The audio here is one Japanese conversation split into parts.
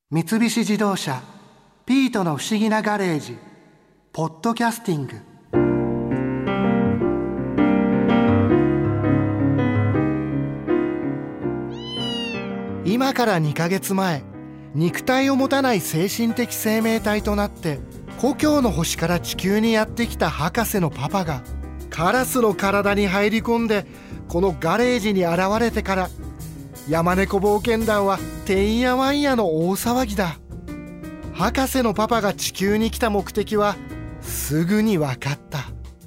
三菱自動車ピートの不思議なガレージポッドキャスティング。今から2ヶ月前、肉体を持たない精神的生命体となって故郷の星から地球にやってきた博士のパパがカラスの体に入り込んでこのガレージに現れてから、山猫冒険団はてんやわんやの大騒ぎだ。博士のパパが地球に来た目的はすぐに分かった。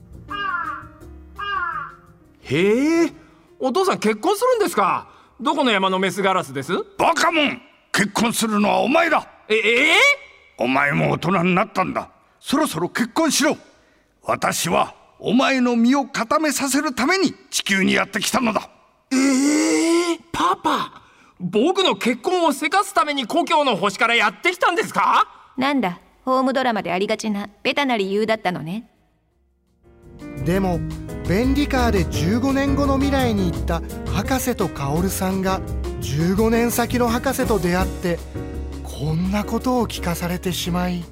へえ、お父さん結婚するんですか？どこの山のメスガラスです？ バカモン、結婚するのはお前だ。お前も大人になったんだ。そろそろ結婚しろ。私はお前の身を固めさせるために地球にやってきたのだ。 パパ、僕の結婚をせかすために故郷の星からやってきたんですか？ なんだ、ホームドラマでありがちなベタな理由だったのね。 でも便利カーで15年後の未来に行った博士とカオルさんが15年先の博士と出会ってこんなことを聞かされてしまい、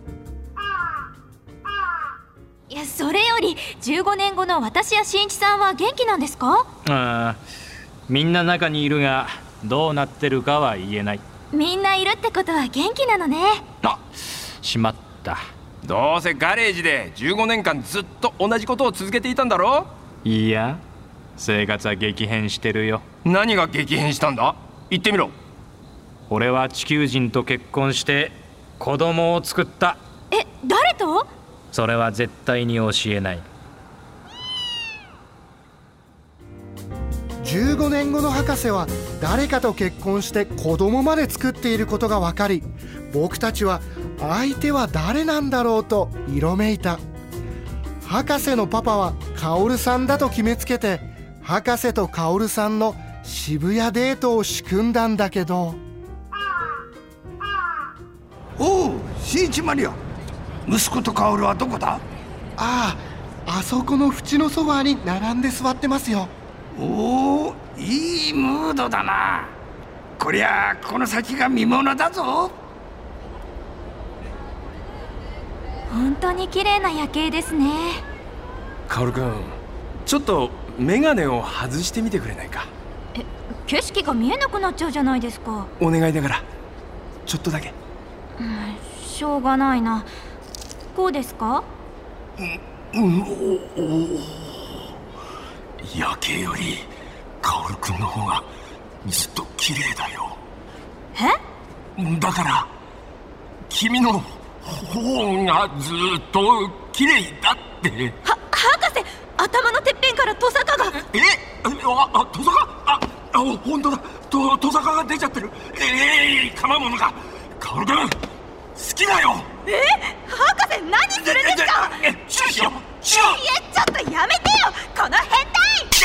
いや、それより15年後の私や新一さんは元気なんですか？ みんな中にいるがどうなってるかは言えない。 みんないるってことは元気なのね。 しまった。 どうせガレージで15年間ずっと同じことを続けていたんだろ？ いや、生活は激変してるよ。 何が激変したんだ？言ってみろ。 俺は地球人と結婚して子供を作った。 誰と？ それは絶対に教えない。 15年後の博士は誰かと結婚して子供まで作っていることが分かり、僕たちは相手は誰なんだろうと色めいた。博士のパパはカオルさんだと決めつけて、博士とカオルさんの渋谷デートを仕組んだんだけど。 おう、新一マリア、息子とカオルはどこだ？ あそこの縁のソファーに並んで座ってますよ。 おお、いいムードだな。こりゃこの先が見ものだぞ。 本当に綺麗な夜景ですね。 カオル君、ちょっとメガネを外してみてくれないか？ 景色が見えなくなっちゃうじゃないですか。 お願いだからちょっとだけ。 しょうがないな。こうですか？ 夜景よりカオル君の方がずっと綺麗だよ。だから君の方がずっと綺麗だって。 博士、頭のてっぺんからトサカが。 トサカ、本当だ、トサカが出ちゃってる。かまものが。カオル君、好きだよ。 博士、何するんですか？ シュッシュちょっとやめてよ、この変態！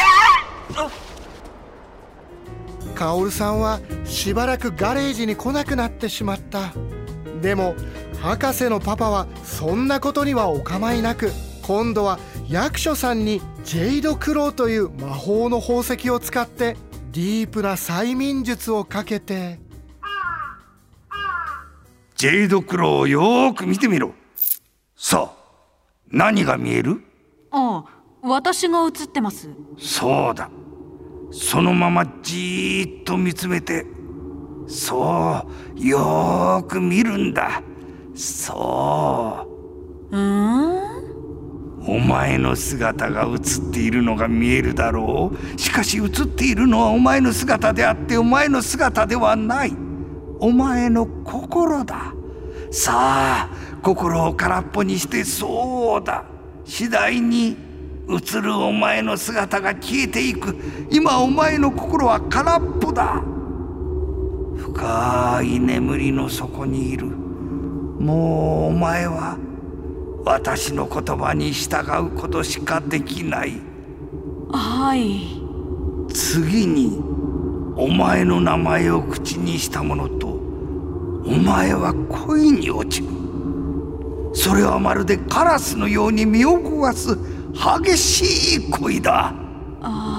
カオルさんはしばらくガレージに来なくなってしまった。でも博士のパパはそんなことにはお構いなく、今度は役所さんにジェイドクローという魔法の宝石を使ってディープな催眠術をかけて。 ジェイドクローをよーく見てみろ。さあ、何が見える？ 私が映ってます。 そうだ、そのままじーっと見つめて、そうよーく見るんだ。そう、お前の姿が映っているのが見えるだろう。しかし映っているのはお前の姿であってお前の姿ではない。お前の心だ。さあ、心を空っぽにして、そうだ、次第に映るお前の姿が消えていく。今お前の心は空っぽだ。深い眠りの底にいる。もうお前は私の言葉に従うことしかできない。次にお前の名前を口にしたものとお前は恋に落ちる。それはまるでカラスのように身を焦がす激しい恋だ。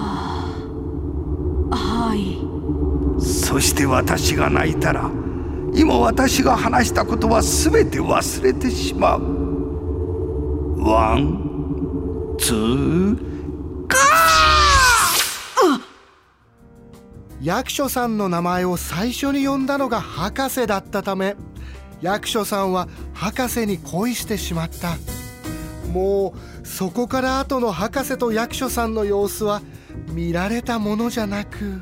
そして私が泣いたら今私が話したことは全て忘れてしまう。ワン、ツー、カー！ 役所さんの名前を最初に呼んだのが博士だったため、役所さんは博士に恋してしまった。もうそこから後の博士と役所さんの様子は見られたものじゃなく。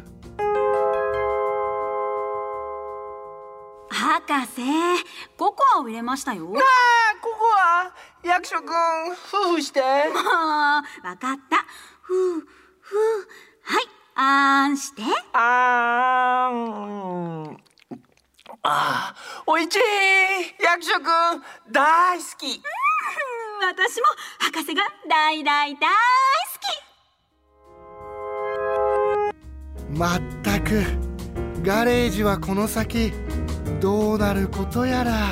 博士、ココアを入れましたよ。 ここは役所くん夫婦して。 もうわかった。ふうふう。はい、あーんして。 おいちい。役所くん大好き。 私も博士が大大大好き。まったくガレージはこの先どうなることやら。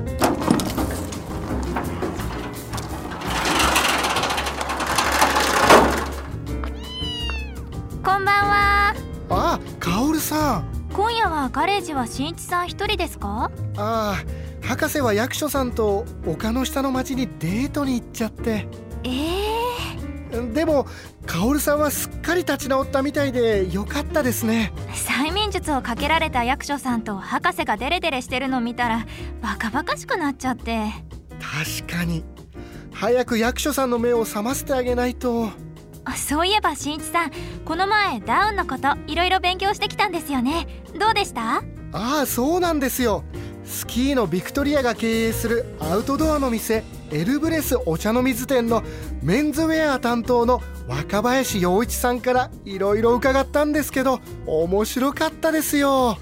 こんばんは。 あ、カオルさん。 今夜はガレージは新一さん一人ですか？ ああ、博士は役所さんと丘の下の町にデートに行っちゃって。でもカオルさんはすっかり立ち直ったみたいでよかったですね。 催眠術をかけられた役所さんと博士がデレデレしてるの見たらバカバカしくなっちゃって。 確かに早く役所さんの目を覚ませてあげないと。 そういえば新一さん、この前ダウンのこといろいろ勉強してきたんですよね。どうでした？ ああ、そうなんですよ。スキーのビクトリアが経営するアウトドアの店エルブレスお茶の水店のメンズウェア担当の若林洋一さんからいろいろ伺ったんですけど、面白かったですよ。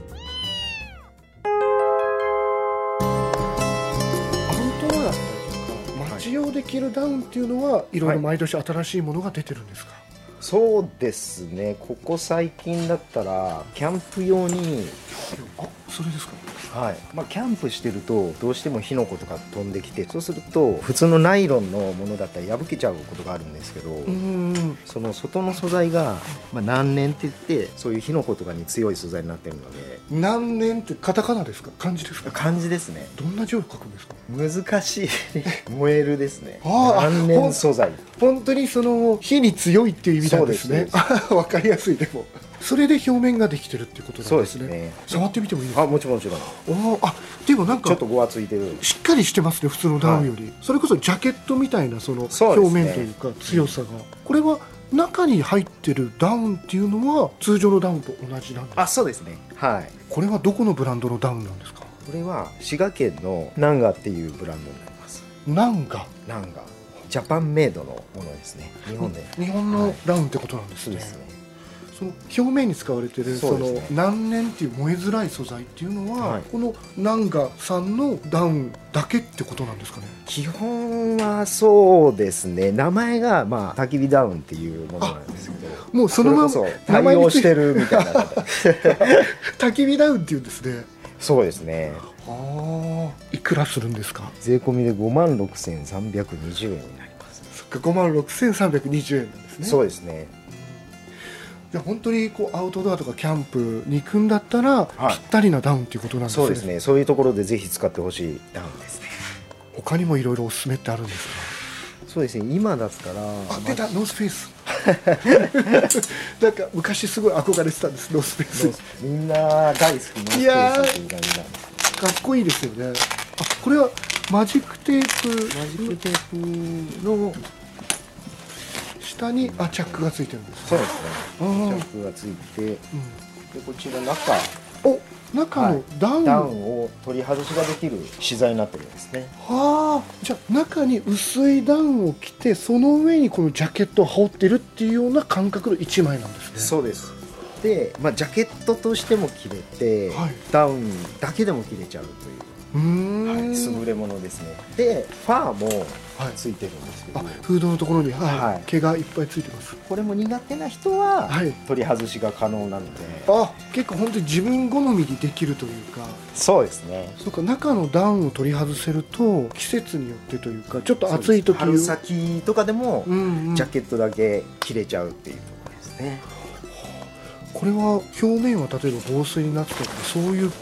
アウトドアだったりとか街用で着るダウンっていうのはいろいろ毎年新しいものが出てるんですか？ そうですね、ここ最近だったらキャンプ用に、 それですか？ はい、キャンプしてるとどうしても火の粉とか飛んできて、そうすると普通のナイロンのものだったら破けちゃうことがあるんですけど、その外の素材が、難燃って言ってそういう火の粉とかに強い素材になってるので。 難燃ってカタカナですか？漢字ですか？ 漢字ですね。 どんな字を書くんですか？ 難しい燃えるですね。 難燃素材。 本当にその火に強いっていう意味なんですね。わかりやすい。でもそれで表面ができてるっていうことなんですね。 そうですね。 触ってみてもいいですか？ もちろんもちろん。 でもなんかちょっとごわついてる。 しっかりしてますね、普通のダウンより。それこそジャケットみたいなその表面というか強さが。これは中に入ってるダウンっていうのは通常のダウンと同じなんですか？ そうですね。はい。 これはどこのブランドのダウンなんですか？ これは滋賀県のナンガっていうブランドになります。 ナンガ。 ジャパンメイドのものですね。日本のダウンってことなんですね。 そうですね。 その表面に使われているその難燃っていう燃えづらい素材っていうのは、このナンガさんのダウンだけってことなんですかね？ 基本はそうですね。名前が焚き火ダウンっていうものなんですけど、 もうそのまま対応してるみたいな焚き火ダウンっていうんですね。 そうですね。 いくらするんですか？ 税込みで56,320円になります。 そっか、56,320円なんですね。 そうですね。 じゃあ本当にこうアウトドアとかキャンプに行くんだったら、ぴったりなダウンっていうことなんですね。 そうですね。そういうところでぜひ使ってほしいダウンですね。 他にもいろいろおすすめってあるんですか？ そうですね。今だったら出た、ノースフェイスなんか昔すごい憧れてたんです、ノースフェイス。 みんな大好きノースフェイスっていう感じなんで。 かっこいいですよね。これはマジックテープの下にチャックがついてるんです。 そうですね。チャックがついて、でこちら中のダウンを取り外しができる資材になってるんですね。 じゃあ中に薄いダウンを着て、その上にこのジャケットを羽織ってるっていうような感覚の一枚なんですね。 そうです。で、ジャケットとしても着れて、ダウンだけでも着れちゃうという優れものですね。でファーもついてるんですけど、 フードのところに毛がいっぱいついてます。 これも苦手な人は取り外しが可能なので、 結構本当に自分好みにできるというか。 そうですね。 そうか、中のダウンを取り外せると季節によってというか、ちょっと暑い時、 春先とかでもジャケットだけ着れちゃうっていうところですね。 これは表面は例えば防水になってたりとか、そういう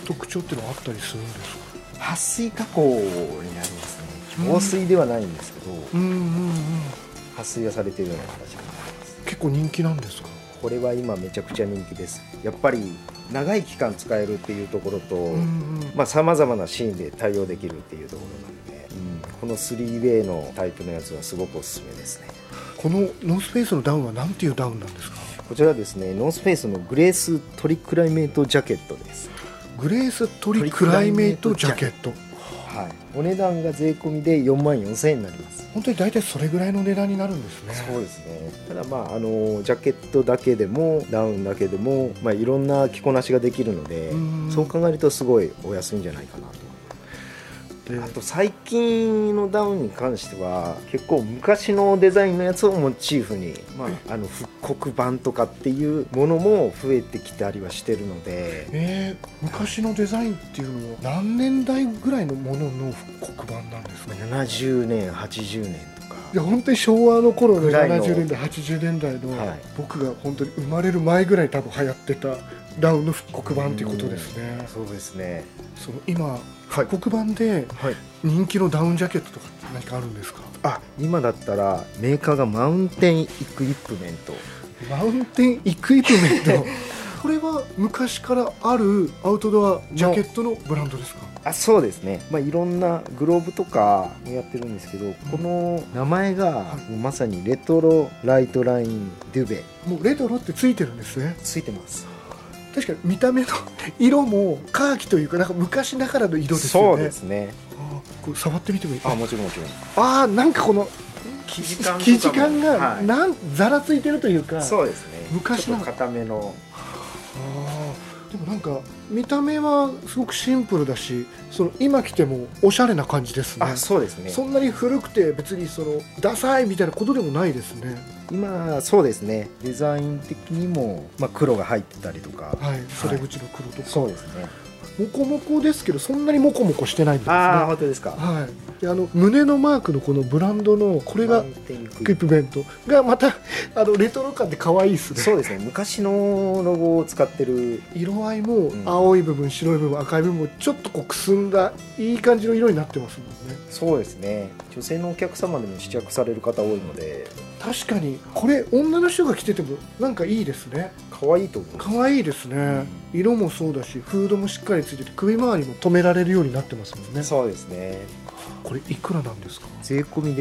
特徴っていうのはあったりするんですか？ 撥水加工になりますね。防水ではないんですけど、撥水がされているような形になります。 結構人気なんですか？ これは今めちゃくちゃ人気です。やっぱり長い期間使えるっていうところと、さまざまなシーンで対応できるっていうところなので、この 3way のタイプのやつはすごくおすすめですね。 このノースフェイスのダウンは何ていうダウンなんですか？ こちらですね、ノースフェイスのグレーストリクライメートジャケットです。 グレーストリクライメートジャケット、 はい、お値段が税込みで44,000円になります。 本当に大体それぐらいの値段になるんですね。 そうですね。ただジャケットだけでもダウンだけでも、いろんな着こなしができるので、そう考えるとすごいお安いんじゃないかなと。あと最近のダウンに関しては結構昔のデザインのやつをモチーフに、復刻版とかっていうものも増えてきたりはしてるので、 昔のデザインっていうのは何年代ぐらいのものの復刻版なんですかね ？70年80年とか。 いや本当に昭和の頃の70年代80年代の、僕が本当に生まれる前ぐらいに多分流行ってたダウンの復刻版ということですね。 そうですね。 その今復刻版で人気のダウンジャケットとかって何かあるんですか？ 今だったらメーカーがマウンテンイクイプメント。 マウンテンイクイプメントこれは昔からあるアウトドアジャケットのブランドですか？ そうですね。いろんなグローブとかもやってるんですけど、この名前がまさにレトロライトラインデュベ。 もうレトロってついてるんですね。 ついてます。確かに見た目の色もカーキというか、なんか昔ながらの色ですよね。 そうですね。 これ触ってみてもいい？ もちろんもちろん。 なんかこの生地感がざらついてるというか。 そうですね。 昔の固めの。 でもなんか見た目はすごくシンプルだし、今着てもおしゃれな感じですね。 そうですね。 そんなに古くて別にダサいみたいなことでもないですね。 今そうですね。デザイン的にも黒が入ってたりとか、 袖口の黒とか、 そうですね。 モコモコですけどそんなにモコモコしてないんですね。 本当ですか？ で胸のマークのこのブランドのこれがエクイプメントがまたレトロ感で可愛いですね。 そうですね。昔のロゴを使ってる。 色合いも青い部分、白い部分、赤い部分もちょっとくすんだいい感じの色になってますもんね。 そうですね。女性のお客様でも試着される方多いので。 確かにこれ女の人が着ててもなんかいいですね。 可愛いと思います。 可愛いですね。色もそうだしフードもしっかりついてて首周りも留められるようになってますもんね。 そうですね。 これいくらなんですか？ 税込みで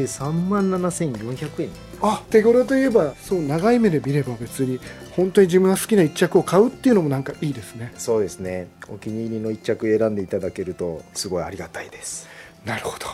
37,400円。 手頃といえばそう、長い目で見れば別に本当に自分が好きな一着を買うっていうのもなんかいいですね。 そうですね。お気に入りの一着選んでいただけるとすごいありがたいです。 なるほど。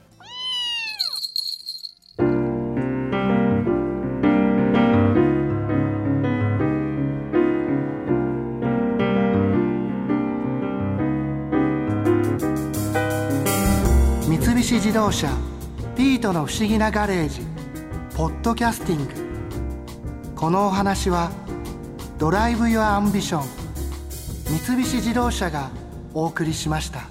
三菱自動車ピートの不思議なガレージポッドキャスティング。このお話はドライブ・ユア・アンビション三菱自動車がお送りしました。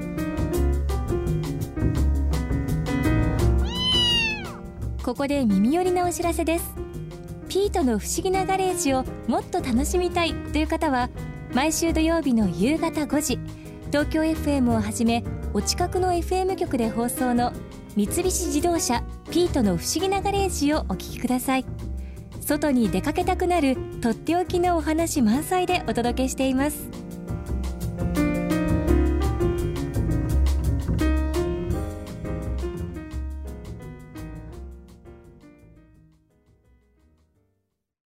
ここで耳寄りなお知らせです。ピートの不思議なガレージをもっと楽しみたいという方は、毎週土曜日の夕方5時東京 FM をはじめお近くの FM 局で放送の三菱自動車ピートの不思議なガレージをお聞きください。外に出かけたくなるとっておきのお話満載でお届けしています。